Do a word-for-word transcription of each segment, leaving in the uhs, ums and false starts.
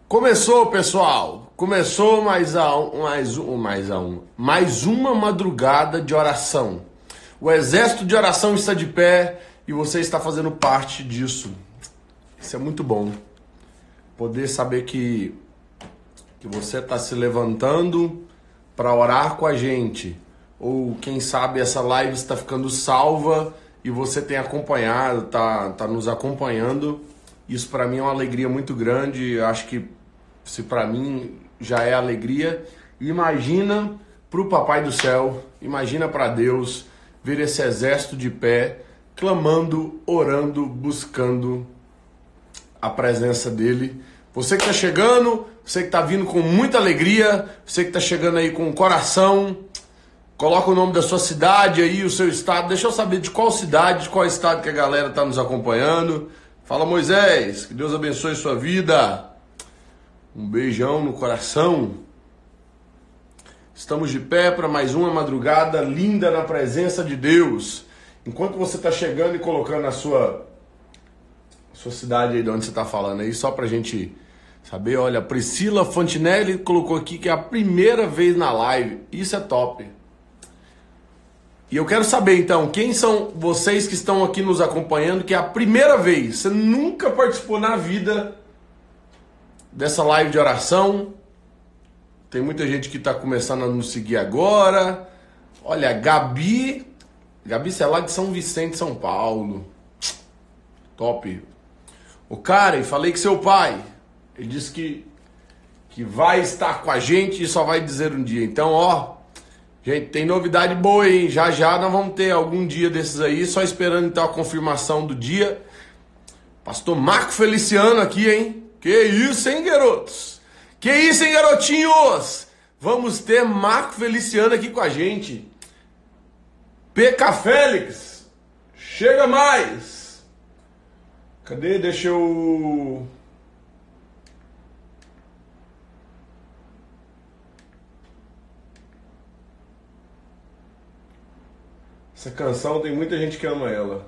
Começou, pessoal. Começou mais a um, mais um, mais a um, mais uma madrugada de oração. O exército de oração está de pé e você está fazendo parte disso. Isso é muito bom. Poder saber que que você está se levantando para orar com a gente, ou quem sabe essa live está ficando salva e você tem acompanhado, tá, tá nos acompanhando. Isso para mim é uma alegria muito grande. Eu acho que se para mim já é alegria, imagina para o Papai do Céu, imagina para Deus ver esse exército de pé, clamando, orando, buscando a presença dele. Você que está chegando, você que está vindo com muita alegria, você que está chegando aí com o coração, coloca o nome da sua cidade aí, o seu estado. Deixa eu saber de qual cidade, de qual estado que a galera está nos acompanhando. Fala, Moisés, que Deus abençoe sua vida. Um beijão no coração. Estamos de pé para mais uma madrugada linda na presença de Deus. Enquanto você está chegando e colocando a sua, a sua cidade aí de onde você está falando aí, só para a gente saber, olha, Priscila Fontinelli colocou aqui que é a primeira vez na live. Isso é top. E eu quero saber então, quem são vocês que estão aqui nos acompanhando, que é a primeira vez, você nunca participou na vida dessa live de oração. Tem muita gente que está começando a nos seguir agora. Olha, Gabi, Gabi, você é lá de São Vicente, São Paulo. Top. O Karen, falei que seu pai, ele disse que, que vai estar com a gente e só vai dizer um dia. Então, ó, gente, tem novidade boa, hein? Já já nós vamos ter algum dia desses aí, só esperando então a confirmação do dia. Pastor Marco Feliciano aqui, hein? Que isso, hein, garotos? Que isso, hein, garotinhos? Vamos ter Marco Feliciano aqui com a gente. P K Félix, chega mais. Cadê? Deixa eu... Essa canção tem muita gente que ama ela.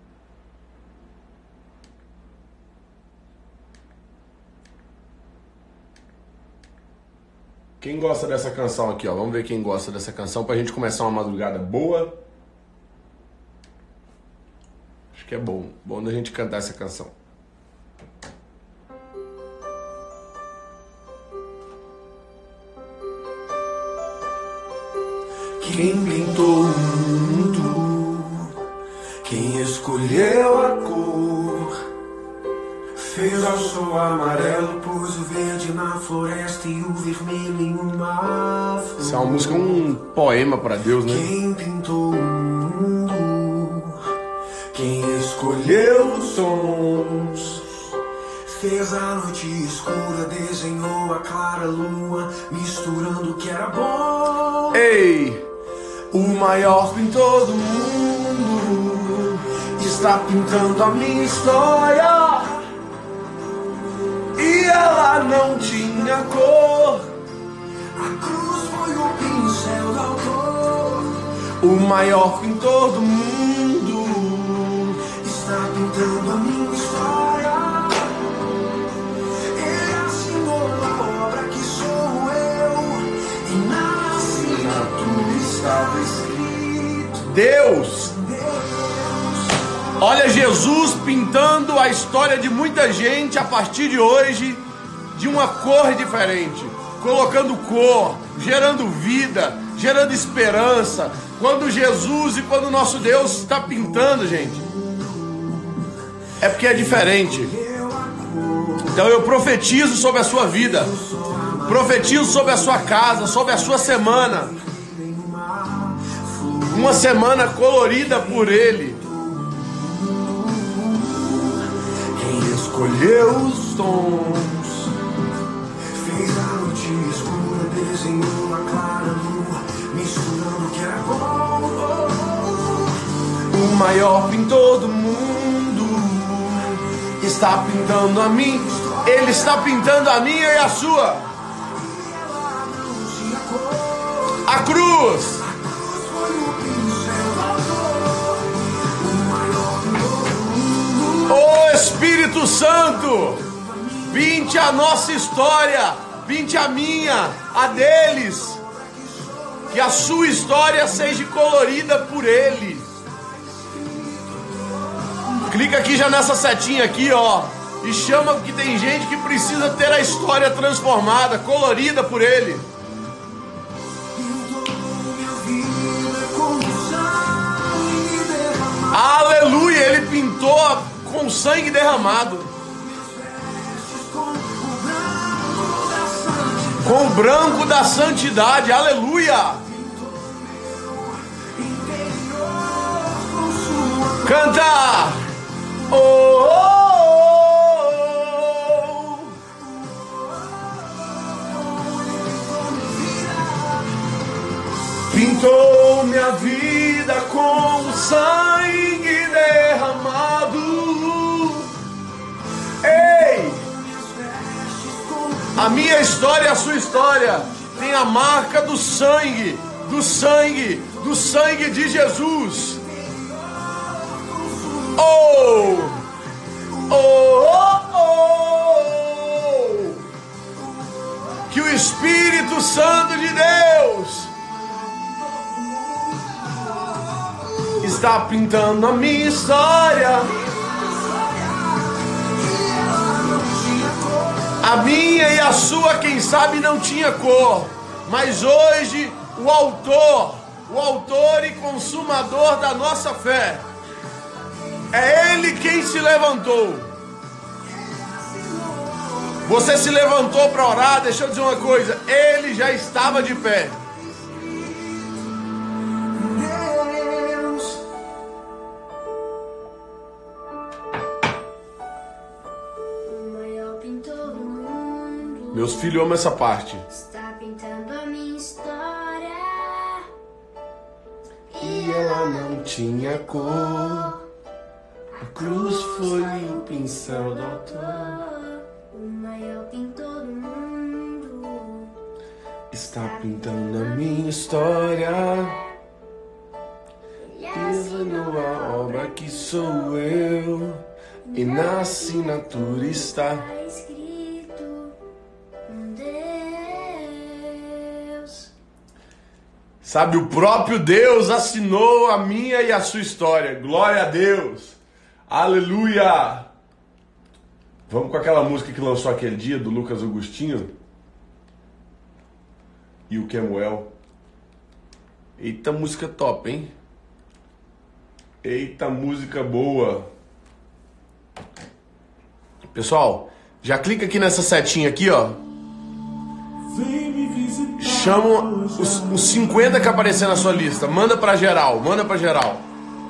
Quem gosta dessa canção aqui, ó? Vamos ver quem gosta dessa canção pra gente começar uma madrugada boa. Acho que é bom. Bom da gente cantar essa canção. Quem pintou o mundo, quem escolheu a cor, fez ao sol amarelo, pôs o verde na floresta e o vermelho em uma flor. Essa é uma música, um poema para Deus, né? Quem pintou o mundo, quem escolheu os sons, fez a noite escura, desenhou a clara lua, misturando o que era bom. Ei! O maior pintor do mundo está pintando a minha história, e ela não tinha cor. A cruz foi o pincel do autor. O maior pintor do mundo está pintando a minha história. Ele assinou a obra que sou eu, e na assinatura estava escrito Deus. Olha, Jesus pintando a história de muita gente a partir de hoje de uma cor diferente, colocando cor, gerando vida, gerando esperança. Quando Jesus e quando o nosso Deus está pintando, gente, é porque é diferente. Então eu profetizo sobre a sua vida, profetizo sobre a sua casa, sobre a sua semana, uma semana colorida por Ele. Escolheu os tons, fez a noite escura, desenhou a clara lua, misturando o que era bom. O maior pintor do mundo está pintando a mim, Ele está pintando a minha e a sua. A cruz. Oh Espírito Santo, Pinte a nossa história, pinte a minha, a deles. Que a sua história seja colorida por Ele. Clica aqui já nessa setinha aqui, ó. E chama, porque tem gente que precisa ter a história transformada, colorida por Ele. Aleluia, Ele pintou com sangue derramado, com o branco da santidade. Aleluia. Canta. Oh, oh, oh. Pintou minha vida com sangue derramado. Ei! A minha história e a sua história tem a marca do sangue, do sangue, do sangue de Jesus. Oh! Oh, oh, oh! Que o Espírito Santo de Deus está pintando a minha história, a minha e a sua, quem sabe não tinha cor, mas hoje o autor, o autor e consumador da nossa fé, é Ele quem se levantou. Você se levantou para orar, deixa eu dizer uma coisa, Ele já estava de pé. Meus filhos amam essa parte. Está pintando a minha história E ela não tinha cor. A cruz foi o pincel do autor. o maior pintor do mundo. Está pintando a minha história. Ele Desenhou a obra que sou eu. E na assinatura está. está escrito um Deus. Sabe, o próprio Deus assinou a minha e a sua história. Glória a Deus. Aleluia. Vamos com aquela música que lançou aquele dia, do Lucas Augustinho e o Kemuel. Eita, música top, hein? Eita, música boa. Pessoal, já clica aqui nessa setinha aqui, ó. Chama os, os cinquenta que aparecer na sua lista. Manda pra geral, manda pra geral.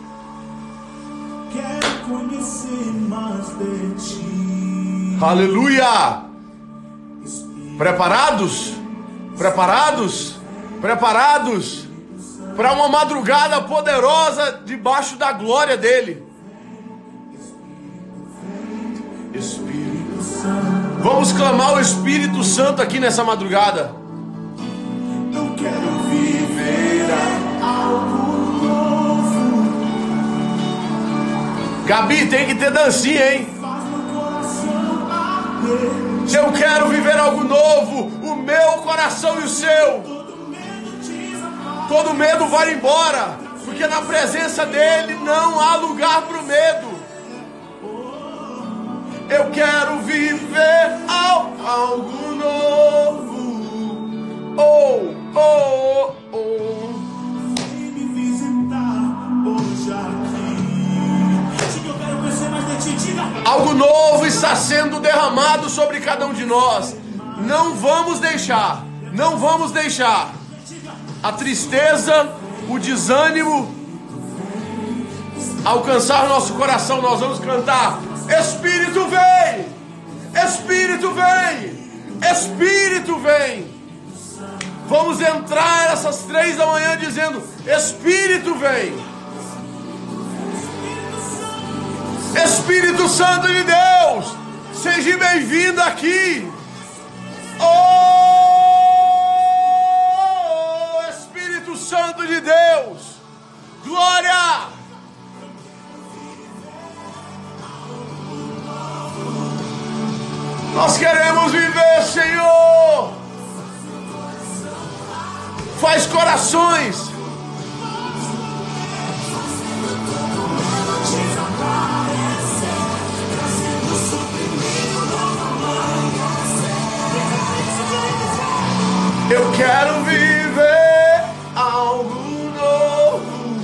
Quero conhecer mais de ti. Aleluia! Preparados? Preparados? Preparados para uma madrugada poderosa debaixo da glória dele. Espírito Santo. Vamos clamar o Espírito Santo aqui nessa madrugada. Eu quero viver algo novo. Gabi, tem que ter dancinha, hein? Faz meu coração arder. Eu quero viver algo novo. O meu coração e o seu. Todo medo desapaga. Todo medo vai embora, porque na presença dele não há lugar para o medo. Eu quero viver al- algo novo. Oh, oh, oh. Vem me visitar hoje aqui. Diga, eu quero conhecer mais de ti. Diga. Algo novo está sendo derramado sobre cada um de nós. Não vamos deixar, não vamos deixar a tristeza, o desânimo alcançar nosso coração. Nós vamos cantar: Espírito vem, Espírito vem, Espírito vem. Vamos entrar essas três da manhã dizendo: Espírito vem, Espírito Santo de Deus, seja bem-vindo aqui. Oh, Espírito Santo de Deus, glória. Nós queremos viver, Senhor. Faz corações. Eu quero viver algo novo.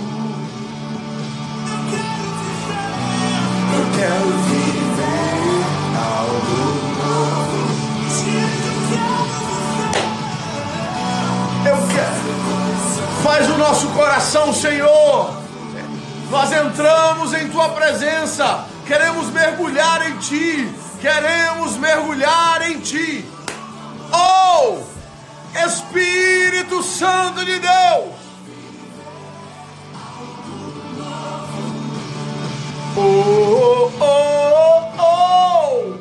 Eu quero viver algo novo. Eu quero. Faz o nosso coração, Senhor. Nós entramos em Tua presença. Queremos mergulhar em Ti. Queremos mergulhar em Ti. Oh! Espírito Santo de Deus. Oh, oh, oh.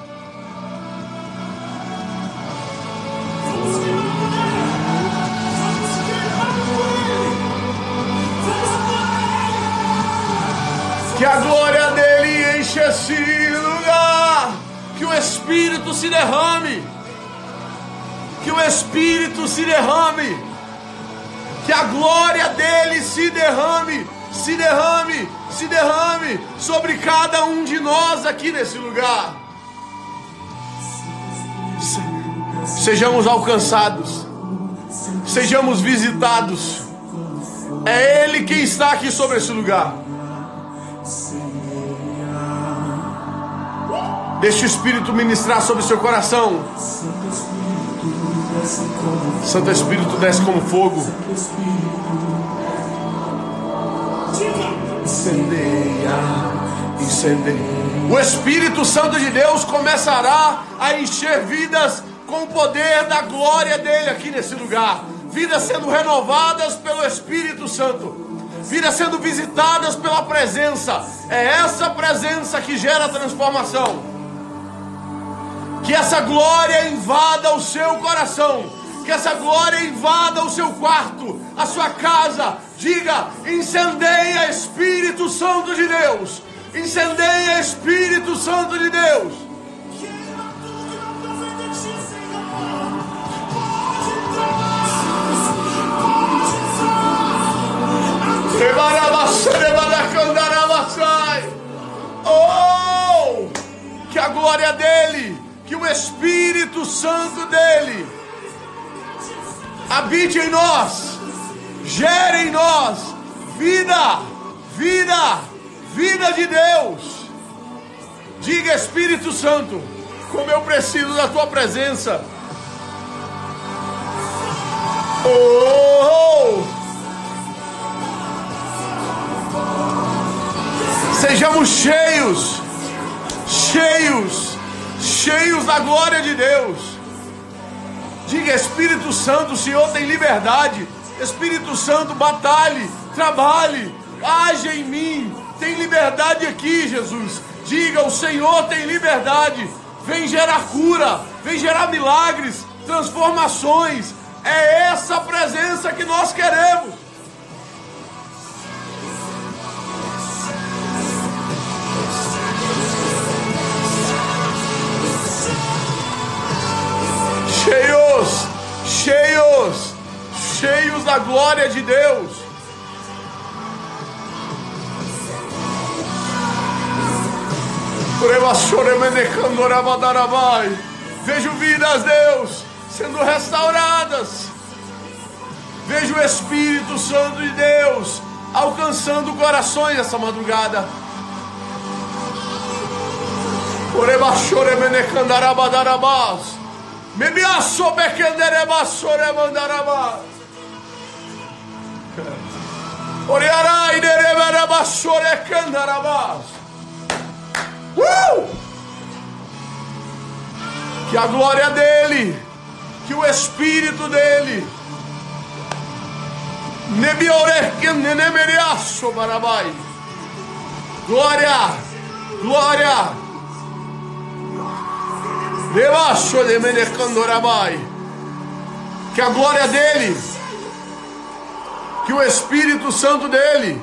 Que a glória dele enche esse lugar. Que o Espírito se derrame. Que o Espírito se derrame, que a glória dele se derrame, se derrame, se derrame sobre cada um de nós aqui nesse lugar. Sejamos alcançados, sejamos visitados. É Ele quem está aqui sobre esse lugar. Deixe o Espírito ministrar sobre o seu coração. Santo Espírito desce como fogo. Incendeia, incendeia. O Espírito Santo de Deus começará a encher vidas com o poder da glória dele aqui nesse lugar. Vidas sendo renovadas pelo Espírito Santo. Vidas sendo visitadas pela presença. É essa presença que gera transformação. Que essa glória invada o seu coração. Que essa glória invada o seu quarto, a sua casa. Diga: incendeia, Espírito Santo de Deus. Incendeia, Espírito Santo de Deus. Oh, que a glória dele, que o Espírito Santo dele habite em nós, gere em nós vida, vida, vida de Deus. Diga: Espírito Santo, como eu preciso da tua presença. Oh, sejamos cheios, cheios, cheios da glória de Deus. Diga: Espírito Santo, o Senhor tem liberdade. Espírito Santo, batalhe, trabalhe, age em mim. Tem liberdade aqui, Jesus. Diga: o Senhor tem liberdade. Vem gerar cura, vem gerar milagres, transformações. É essa presença que nós queremos. Cheios, cheios, cheios da glória de Deus. Vejo vidas, Deus, sendo restauradas. Vejo o Espírito Santo de Deus alcançando corações essa madrugada. Me biaço bekenderebassore mandarabas. Oriarai dereberebassore candarabas. Uh! Que a glória dele, que o Espírito dele, nebiorek-nenemeriaço barabai. Glória, glória. Debaixo de menecandorabai. Que a glória dele, que o Espírito Santo dele,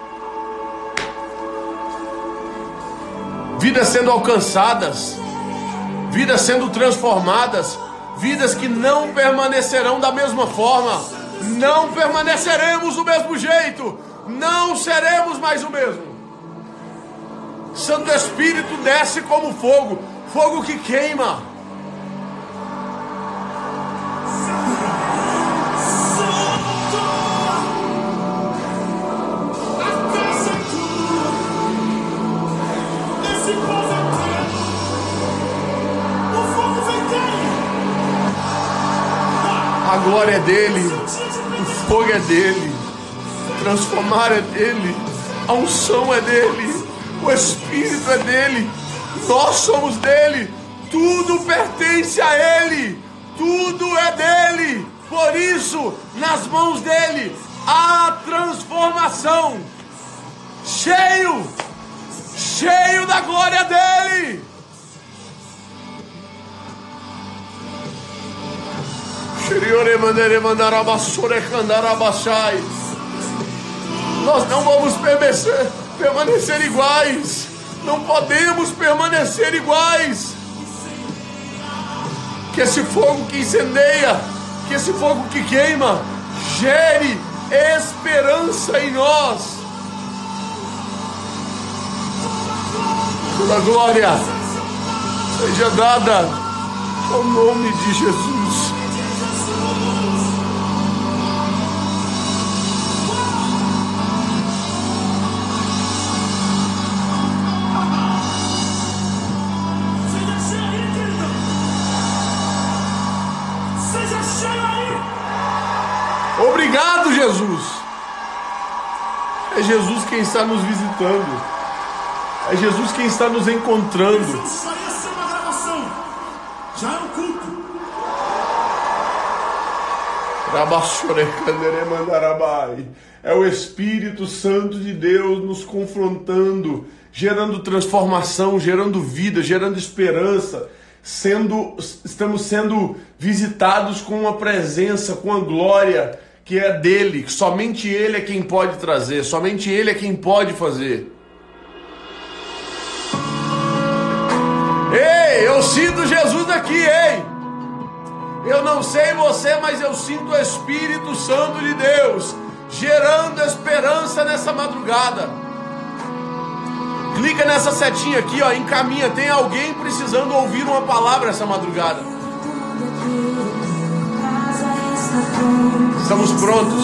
vidas sendo alcançadas, vidas sendo transformadas, vidas que não permanecerão da mesma forma, não permaneceremos do mesmo jeito, não seremos mais o mesmo. Santo Espírito desce como fogo, fogo que queima. A glória é dele, o fogo é dele, transformar é dele, a unção é dele, o Espírito é dele, nós somos dele, tudo pertence a ele, tudo é dele. Por isso, nas mãos dele, há transformação, cheio, cheio da glória dele. Nós não vamos permanecer, permanecer iguais. Não podemos permanecer iguais. Que esse fogo que incendeia, que esse fogo que queima, gere esperança em nós. Toda a glória seja dada ao nome de Jesus. Obrigado, Jesus. É Jesus quem está nos visitando. É Jesus quem está nos encontrando. Isso aí é ser uma gravação. Já é um culto. É o Espírito Santo de Deus nos confrontando, gerando transformação, gerando vida, gerando esperança. Sendo, estamos sendo visitados com uma presença, com a glória que é dele. Somente ele é quem pode trazer, somente ele é quem pode fazer. Ei, eu sinto Jesus aqui, ei. Eu não sei você, mas eu sinto o Espírito Santo de Deus gerando esperança nessa madrugada. Clica nessa setinha aqui, ó, encaminha. Tem alguém precisando ouvir uma palavra essa madrugada. Estamos prontos.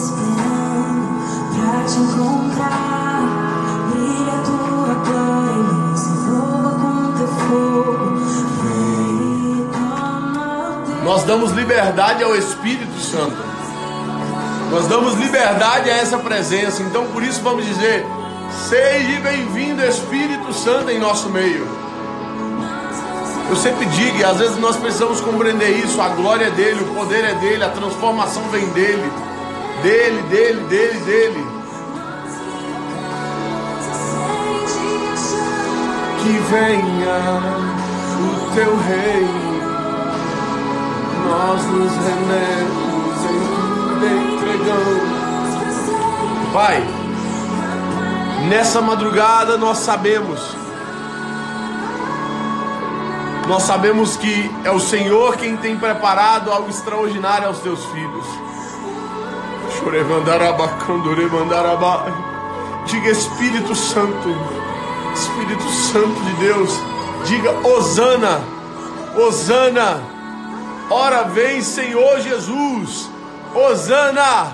Nós damos liberdade ao Espírito Santo. Nós damos liberdade a essa presença. Então por isso vamos dizer: seja bem-vindo, Espírito Santo, em nosso meio. Eu sempre digo, e às vezes nós precisamos compreender isso: a glória é dele, o poder é dele, a transformação vem dele, dele, dele, dele, dele. Que venha o teu reino, nós nos rendemos, em tudo entregamos. Pai, nessa madrugada nós sabemos, nós sabemos que é o Senhor quem tem preparado algo extraordinário aos teus filhos. Diga: Espírito Santo, Espírito Santo de Deus, diga: Hosana, Hosana, ora vem Senhor Jesus, Hosana.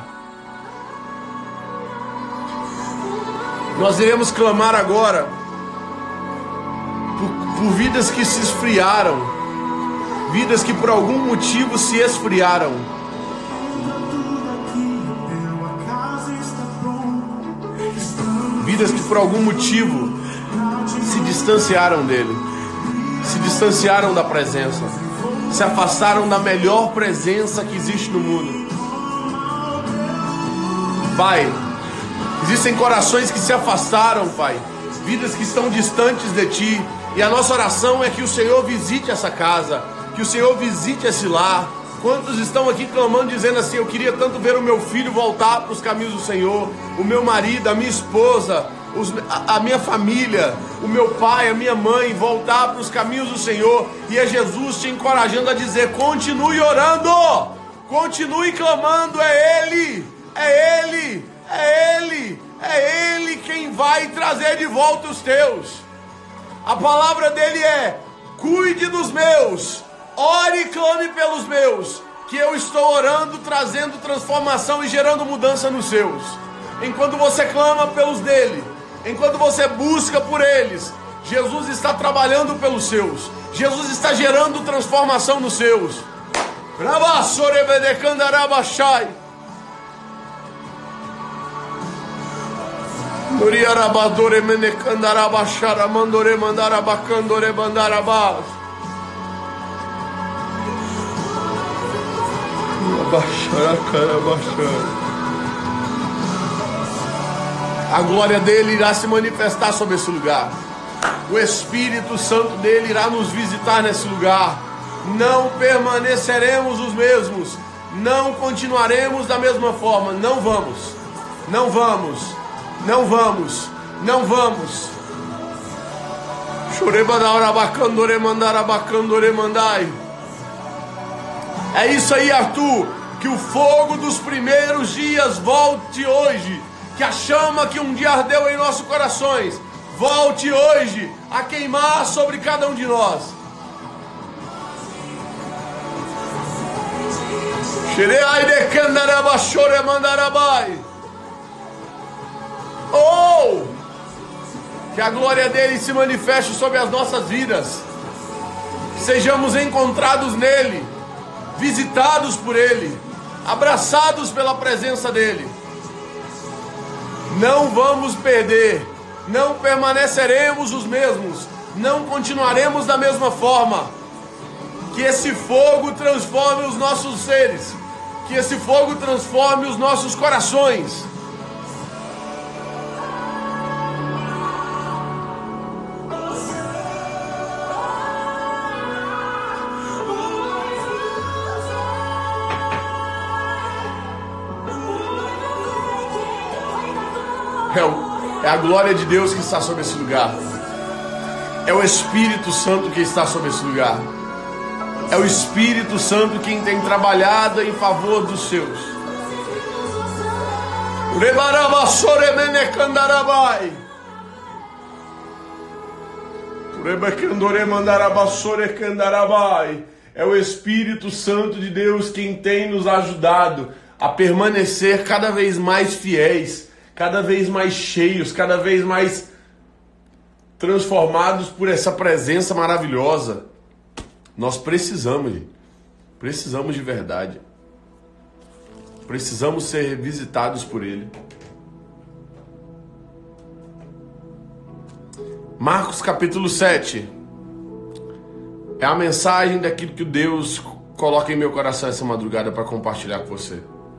Nós iremos clamar agora por, por vidas que se esfriaram, vidas que por algum motivo se esfriaram. Vidas que por algum motivo se distanciaram dele, se distanciaram da presença, se afastaram da melhor presença que existe no mundo. Pai, existem corações que se afastaram, Pai, vidas que estão distantes de Ti, e a nossa oração é que o Senhor visite essa casa, que o Senhor visite esse lar. Quantos estão aqui clamando, dizendo assim: eu queria tanto ver o meu filho voltar para os caminhos do Senhor, o meu marido, a minha esposa, os, a, a minha família, o meu pai, a minha mãe, voltar para os caminhos do Senhor. E é Jesus te encorajando a dizer: continue orando, continue clamando. É Ele, é Ele, é Ele, é Ele quem vai trazer de volta os teus. A palavra dele é: cuide dos meus, ore e clame pelos meus, que eu estou orando, trazendo transformação e gerando mudança nos seus. Enquanto você clama pelos dele, enquanto você busca por eles, Jesus está trabalhando pelos seus. Jesus está gerando transformação nos seus. A glória dele irá se manifestar sobre esse lugar. O Espírito Santo dele irá nos visitar nesse lugar. Não permaneceremos os mesmos. Não continuaremos da mesma forma. Não vamos. Não vamos. Não vamos. Não vamos. É isso aí, Arthur. Que o fogo dos primeiros dias volte hoje. Que a chama que um dia ardeu em nossos corações volte hoje a queimar sobre cada um de nós. Oh! Que a glória dele se manifeste sobre as nossas vidas. Sejamos encontrados nele, visitados por ele, abraçados pela presença dele. Não vamos perder, não permaneceremos os mesmos, não continuaremos da mesma forma. Que esse fogo transforme os nossos seres, que esse fogo transforme os nossos corações. É a glória de Deus que está sobre esse lugar. É o Espírito Santo que está sobre esse lugar. É o Espírito Santo quem tem trabalhado em favor dos seus. É o Espírito Santo de Deus quem tem nos ajudado a permanecer cada vez mais fiéis, cada vez mais cheios, cada vez mais transformados por essa presença maravilhosa. Nós precisamos, gente. Precisamos de verdade. Precisamos ser visitados por Ele. Marcos capítulo sete. É a mensagem daquilo que Deus coloca em meu coração essa madrugada para compartilhar com você.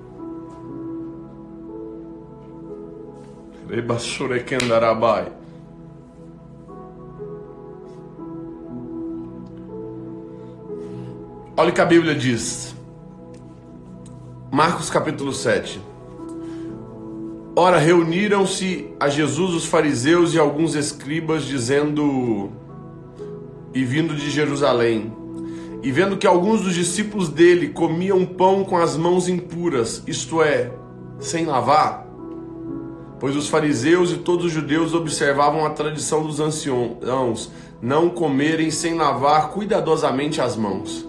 Olha o que a Bíblia diz. Marcos capítulo sete. Ora, reuniram-se a Jesus os fariseus e alguns escribas, dizendo, e vindo de Jerusalém, e vendo que alguns dos discípulos dele comiam pão com as mãos impuras, isto é, sem lavar, pois os fariseus e todos os judeus observavam a tradição dos anciãos, não comerem sem lavar cuidadosamente as mãos.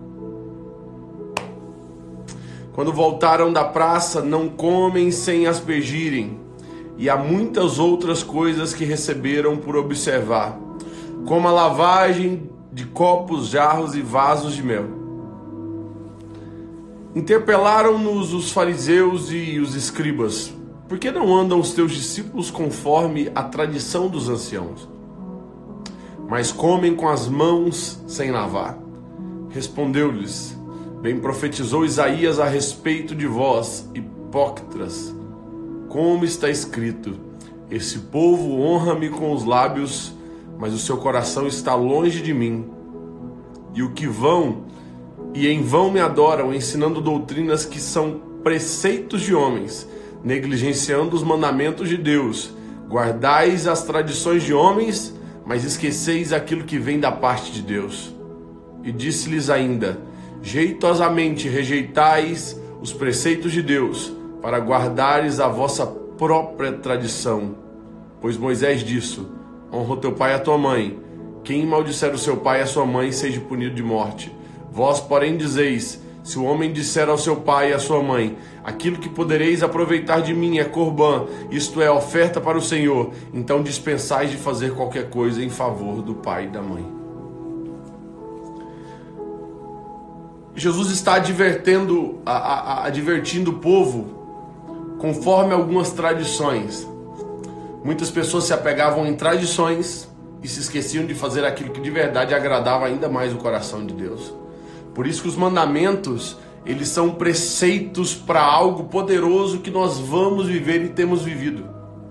Quando voltaram da praça, não comem sem aspergirem, e há muitas outras coisas que receberam por observar, como a lavagem de copos, jarros e vasos de mel. Interpelaram-nos os fariseus e os escribas: por que não andam os teus discípulos conforme a tradição dos anciãos, mas comem com as mãos sem lavar? Respondeu-lhes: bem profetizou Isaías a respeito de vós, hipócritas, como está escrito: esse povo honra-me com os lábios, mas o seu coração está longe de mim. E o que vão e em vão me adoram, ensinando doutrinas que são preceitos de homens, negligenciando os mandamentos de Deus. Guardais as tradições de homens, mas esqueceis aquilo que vem da parte de Deus. E disse-lhes ainda: jeitosamente rejeitais os preceitos de Deus, para guardares a vossa própria tradição. Pois Moisés disse: honra o teu pai e a tua mãe. Quem maldisser o seu pai e a sua mãe, seja punido de morte. Vós, porém, dizeis: se o homem disser ao seu pai e à sua mãe: aquilo que podereis aproveitar de mim é corbã, isto é, oferta para o Senhor, então dispensais de fazer qualquer coisa em favor do pai e da mãe. Jesus está advertendo, a, a, advertindo o povo conforme algumas tradições. Muitas pessoas se apegavam em tradições e se esqueciam de fazer aquilo que de verdade agradava ainda mais o coração de Deus. Por isso que os mandamentos, eles são preceitos para algo poderoso que nós vamos viver e temos vivido.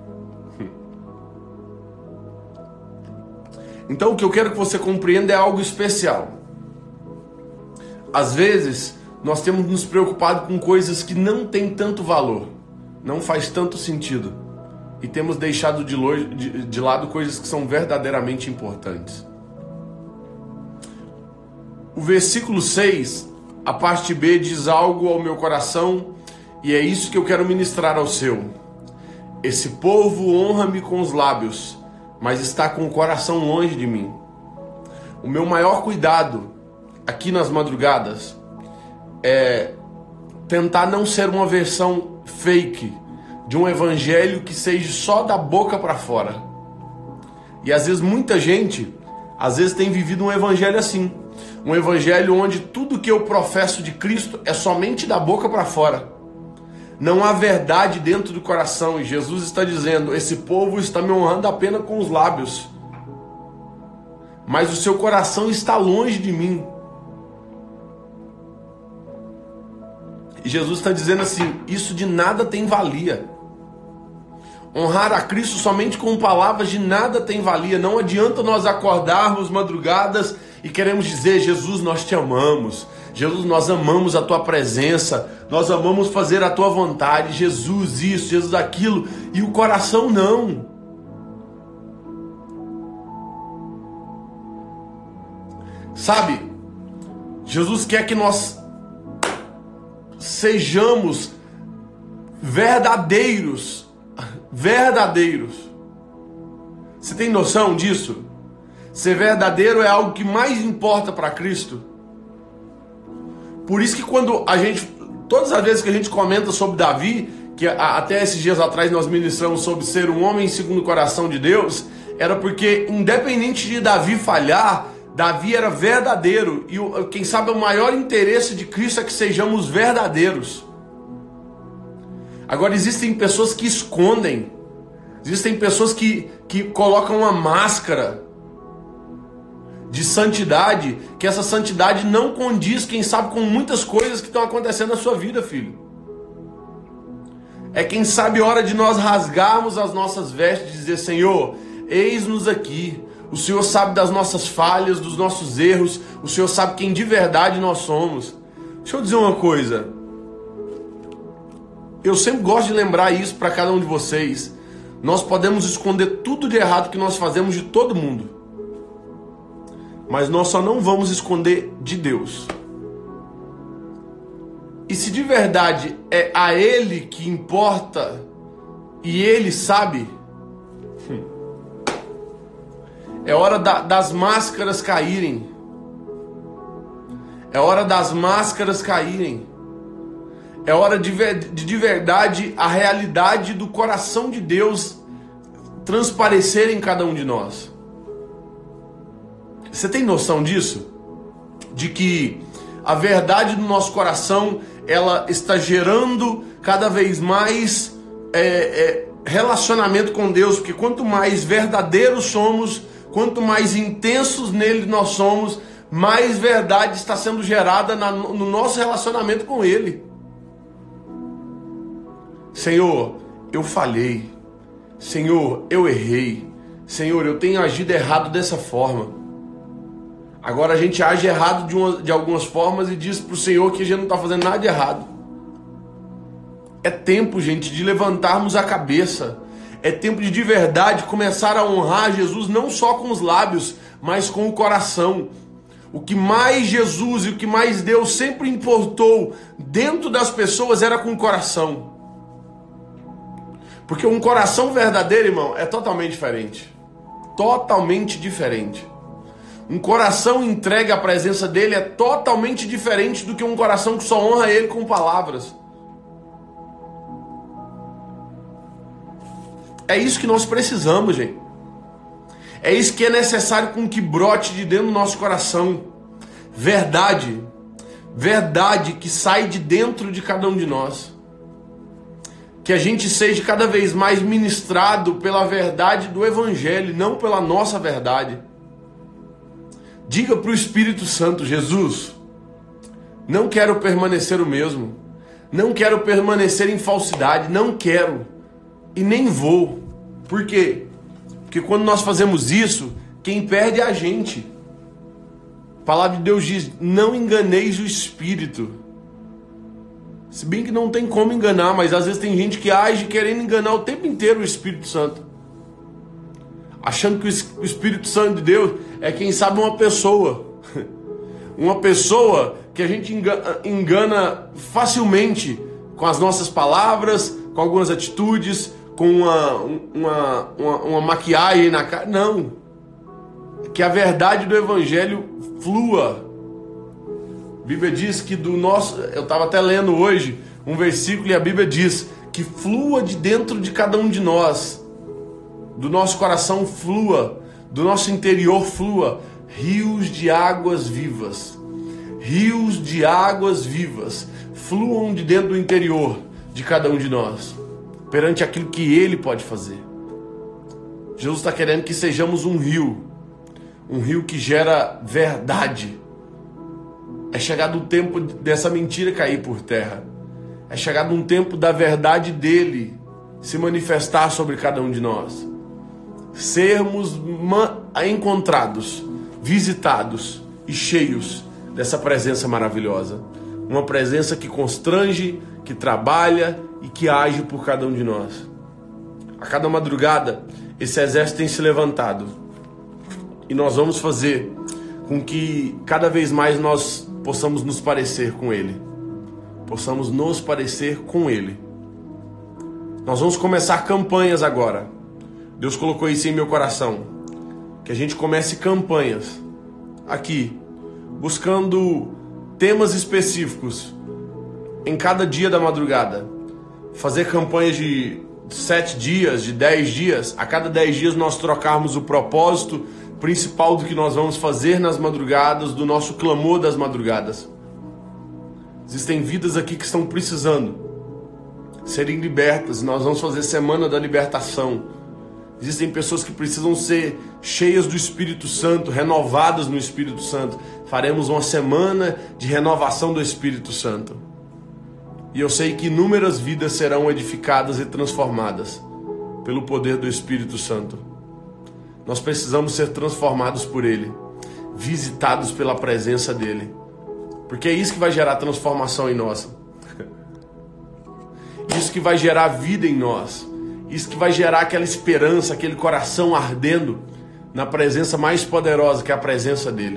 Então o que eu quero que você compreenda é algo especial. Às vezes, nós temos nos preocupado com coisas que não têm tanto valor, não faz tanto sentido, e temos deixado de, lo- de, de lado coisas que são verdadeiramente importantes. O versículo seis, a parte B, diz algo ao meu coração, e é isso que eu quero ministrar ao seu. Esse povo honra-me com os lábios, mas está com o coração longe de mim. O meu maior cuidado aqui nas madrugadas é tentar não ser uma versão fake de um evangelho que seja só da boca para fora. E às vezes muita gente, às vezes tem vivido um evangelho assim, um evangelho onde tudo que eu professo de Cristo é somente da boca para fora. Não há verdade dentro do coração, e Jesus está dizendo: esse povo está me honrando apenas com os lábios, mas o seu coração está longe de mim. E Jesus está dizendo assim: isso de nada tem valia. Honrar a Cristo somente com palavras de nada tem valia. Não adianta nós acordarmos madrugadas e queremos dizer: Jesus, nós te amamos. Jesus, nós amamos a tua presença. Nós amamos fazer a tua vontade. Jesus isso, Jesus aquilo. E o coração não. Sabe, Jesus quer que nós sejamos verdadeiros, verdadeiros. Você tem noção disso? Ser verdadeiro é algo que mais importa para Cristo. Por isso que quando a gente, todas as vezes que a gente comenta sobre Davi, que até esses dias atrás nós ministramos sobre ser um homem segundo o coração de Deus, era porque independente de Davi falhar, Davi era verdadeiro, e quem sabe o maior interesse de Cristo é que sejamos verdadeiros. Agora existem pessoas que escondem, existem pessoas que, que colocam uma máscara de santidade, que essa santidade não condiz, quem sabe, com muitas coisas que estão acontecendo na sua vida, filho. É quem sabe a hora de nós rasgarmos as nossas vestes e dizer: Senhor, eis-nos aqui. O Senhor sabe das nossas falhas, dos nossos erros. O Senhor sabe quem de verdade nós somos. Deixa eu dizer uma coisa. Eu sempre gosto de lembrar isso para cada um de vocês. Nós podemos esconder tudo de errado que nós fazemos de todo mundo, mas nós só não vamos esconder de Deus. E se de verdade é a Ele que importa e Ele sabe, é hora da, das máscaras caírem. É hora das máscaras caírem. É hora de, de, de verdade a realidade do coração de Deus transparecer em cada um de nós. Você tem noção disso? De que a verdade do nosso coração, ela está gerando cada vez mais é, é, relacionamento com Deus, porque quanto mais verdadeiros somos, quanto mais intensos nele nós somos, mais verdade está sendo gerada na, no nosso relacionamento com Ele. Senhor, eu falhei. Senhor, eu errei. Senhor, eu tenho agido errado dessa forma. Agora a gente age errado de, uma, de algumas formas e diz para o Senhor que a gente não está fazendo nada de errado. É tempo, gente, de levantarmos a cabeça. é tempo de de verdade começar a honrar Jesus não só com os lábios, mas com o coração. O que mais Jesus e o que mais Deus sempre importou dentro das pessoas era com o coração. Porque um coração verdadeiro, irmão, é totalmente diferente. Totalmente diferente. Um coração entregue à presença dele é totalmente diferente do que um coração que só honra ele com palavras. É isso que nós precisamos, gente. É isso que é necessário com que brote de dentro do nosso coração. Verdade. Verdade que sai de dentro de cada um de nós. Que a gente seja cada vez mais ministrado pela verdade do Evangelho, não pela nossa verdade. Diga para o Espírito Santo: Jesus, não quero permanecer o mesmo. Não quero permanecer em falsidade. Não quero. E nem vou. Por quê? Porque quando nós fazemos isso, quem perde é a gente. A palavra de Deus diz: não enganeis o Espírito. Se bem que não tem como enganar, mas às vezes tem gente que age querendo enganar o tempo inteiro o Espírito Santo. Achando que o Espírito Santo de Deus é, quem sabe, uma pessoa. Uma pessoa que a gente engana, engana facilmente com as nossas palavras, com algumas atitudes, com uma, uma, uma, uma maquiagem na cara. Não. Que a verdade do Evangelho flua. A Bíblia diz que do nosso... Eu estava até lendo hoje um versículo e a Bíblia diz que flua de dentro de cada um de nós. Do nosso coração flua, do nosso interior flua rios de águas vivas. Rios de águas vivas fluam de dentro do interior de cada um de nós, perante aquilo que Ele pode fazer. Jesus está querendo que sejamos um rio, um rio que gera verdade. É chegado o tempo dessa mentira cair por terra. É chegado um tempo da verdade dele se manifestar sobre cada um de nós. Sermos encontrados, visitados e cheios dessa presença maravilhosa. Uma presença que constrange, que trabalha e que age por cada um de nós. A cada madrugada, esse exército tem se levantado. E nós vamos fazer com que cada vez mais nós possamos nos parecer com Ele. Possamos nos parecer com Ele. Nós vamos começar campanhas agora. Deus colocou isso em meu coração. Que a gente comece campanhas aqui, buscando temas específicos em cada dia da madrugada. Fazer campanhas de sete dias, de dez dias. A cada dez dias nós trocarmos o propósito principal do que nós vamos fazer nas madrugadas, do nosso clamor das madrugadas. Existem vidas aqui que estão precisando serem libertas. Nós vamos fazer semana da libertação. Existem pessoas que precisam ser cheias do Espírito Santo, renovadas no Espírito Santo. Faremos uma semana de renovação do Espírito Santo. E eu sei que inúmeras vidas serão edificadas e transformadas pelo poder do Espírito Santo. Nós precisamos ser transformados por Ele, visitados pela presença dEle. Porque é isso que vai gerar transformação em nós. Isso que vai gerar vida em nós. Isso que vai gerar aquela esperança, aquele coração ardendo na presença mais poderosa, que é a presença dEle.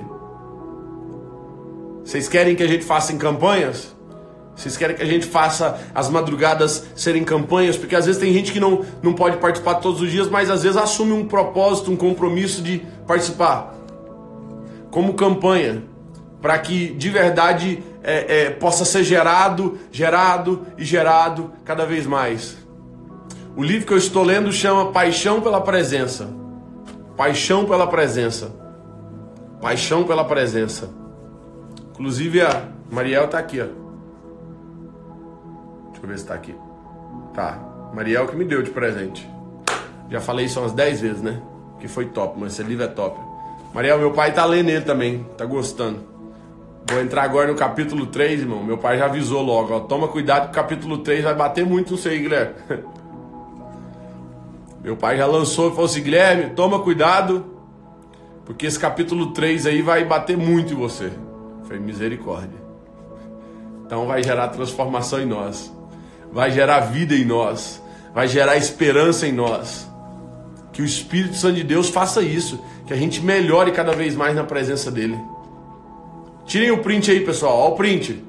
Vocês querem que a gente faça em campanhas? Vocês querem que a gente faça as madrugadas serem campanhas? Porque às vezes tem gente que não, não pode participar todos os dias, mas às vezes assume um propósito, um compromisso de participar. Como campanha, para que de verdade é, é, possa ser gerado, gerado e gerado cada vez mais. O livro que eu estou lendo chama Paixão pela Presença. Paixão pela Presença. Paixão pela Presença. Inclusive a Mariel está aqui, ó. Deixa eu ver se está aqui. Tá. Mariel que me deu de presente. Já falei isso umas dez vezes, né? Que foi top, mas esse livro é top. Mariel, meu pai tá lendo ele também. Tá gostando. Vou entrar agora no capítulo três, irmão. Meu pai já avisou logo, ó. Toma cuidado que o capítulo três vai bater muito nisso aí, Guilherme. Meu pai já lançou e falou assim: Guilherme, toma cuidado, porque esse capítulo três aí vai bater muito em você. Foi misericórdia. Então vai gerar transformação em nós. Vai gerar vida em nós. vai gerar esperança em nós. Que o Espírito Santo de Deus faça isso, que a gente melhore cada vez mais na presença dele. Tirem o print aí, pessoal, olha o print.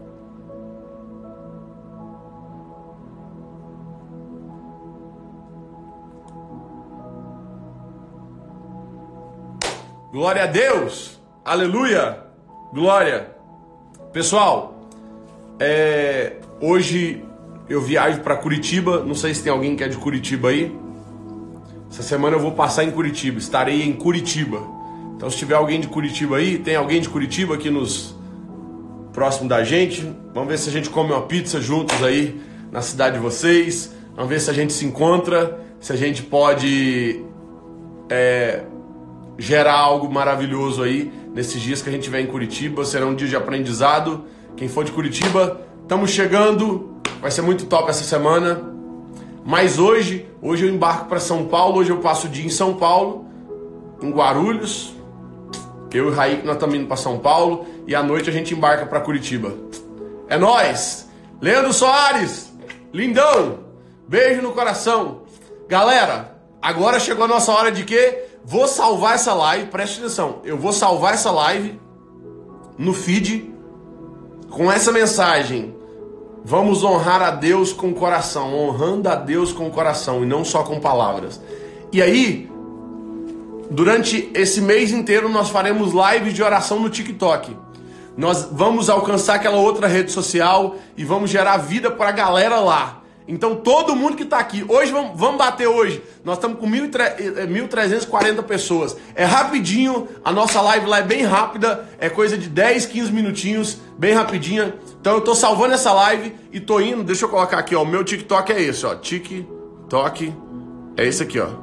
Glória a Deus, aleluia, glória. Pessoal, é, hoje eu viajo para Curitiba, não sei se tem alguém que é de Curitiba aí. Essa semana eu vou passar em Curitiba, estarei em Curitiba. Então se tiver alguém de Curitiba aí, tem alguém de Curitiba aqui nos próximo da gente, vamos ver se a gente come uma pizza juntos aí na cidade de vocês, vamos ver se a gente se encontra, se a gente pode é, gerar algo maravilhoso aí nesses dias que a gente estiver em Curitiba. Será um dia de aprendizado. Quem for de Curitiba, estamos chegando, vai ser muito top essa semana. Mas hoje, hoje eu embarco para São Paulo, hoje eu passo o dia em São Paulo, em Guarulhos. Eu e o Raí, nós estamos indo para São Paulo, e à noite a gente embarca para Curitiba. É nóis! Leandro Soares, lindão, beijo no coração. Galera, agora chegou a nossa hora de quê? Vou salvar essa live, preste atenção, eu vou salvar essa live no feed com essa mensagem. Vamos honrar a Deus com o coração, honrando a Deus com o coração e não só com palavras. E aí, durante esse mês inteiro nós faremos lives de oração no TikTok. Nós vamos alcançar aquela outra rede social e vamos gerar vida para a galera lá. Então todo mundo que está aqui, hoje vamos, vamos bater hoje, nós estamos com mil trezentas e quarenta pessoas. É rapidinho, a nossa live lá é bem rápida, é coisa de dez, quinze minutinhos, bem rapidinha. Então eu estou salvando essa live e estou indo, deixa eu colocar aqui, ó, o meu TikTok é esse, ó, TikTok é esse aqui, ó.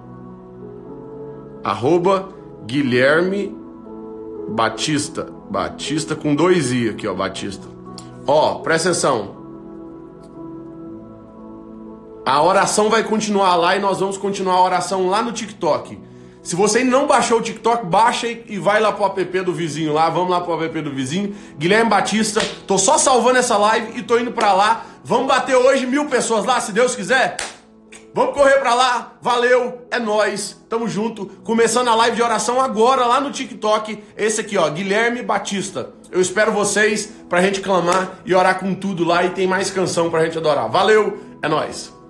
Arroba Guilherme Batista, Batista com dois i aqui, ó, Batista. Ó, presta atenção. A oração vai continuar lá e nós vamos continuar a oração lá no TikTok. Se você ainda não baixou o TikTok, baixa e vai lá pro app do vizinho lá. Vamos lá pro app do vizinho. Guilherme Batista. Tô só salvando essa live e tô indo pra lá. Vamos bater hoje mil pessoas lá, se Deus quiser. Vamos correr pra lá. Valeu, é nóis. Tamo junto. Começando a live de oração agora lá no TikTok. Esse aqui, ó, Guilherme Batista. Eu espero vocês pra gente clamar e orar com tudo lá. E tem mais canção pra gente adorar. Valeu, é nóis.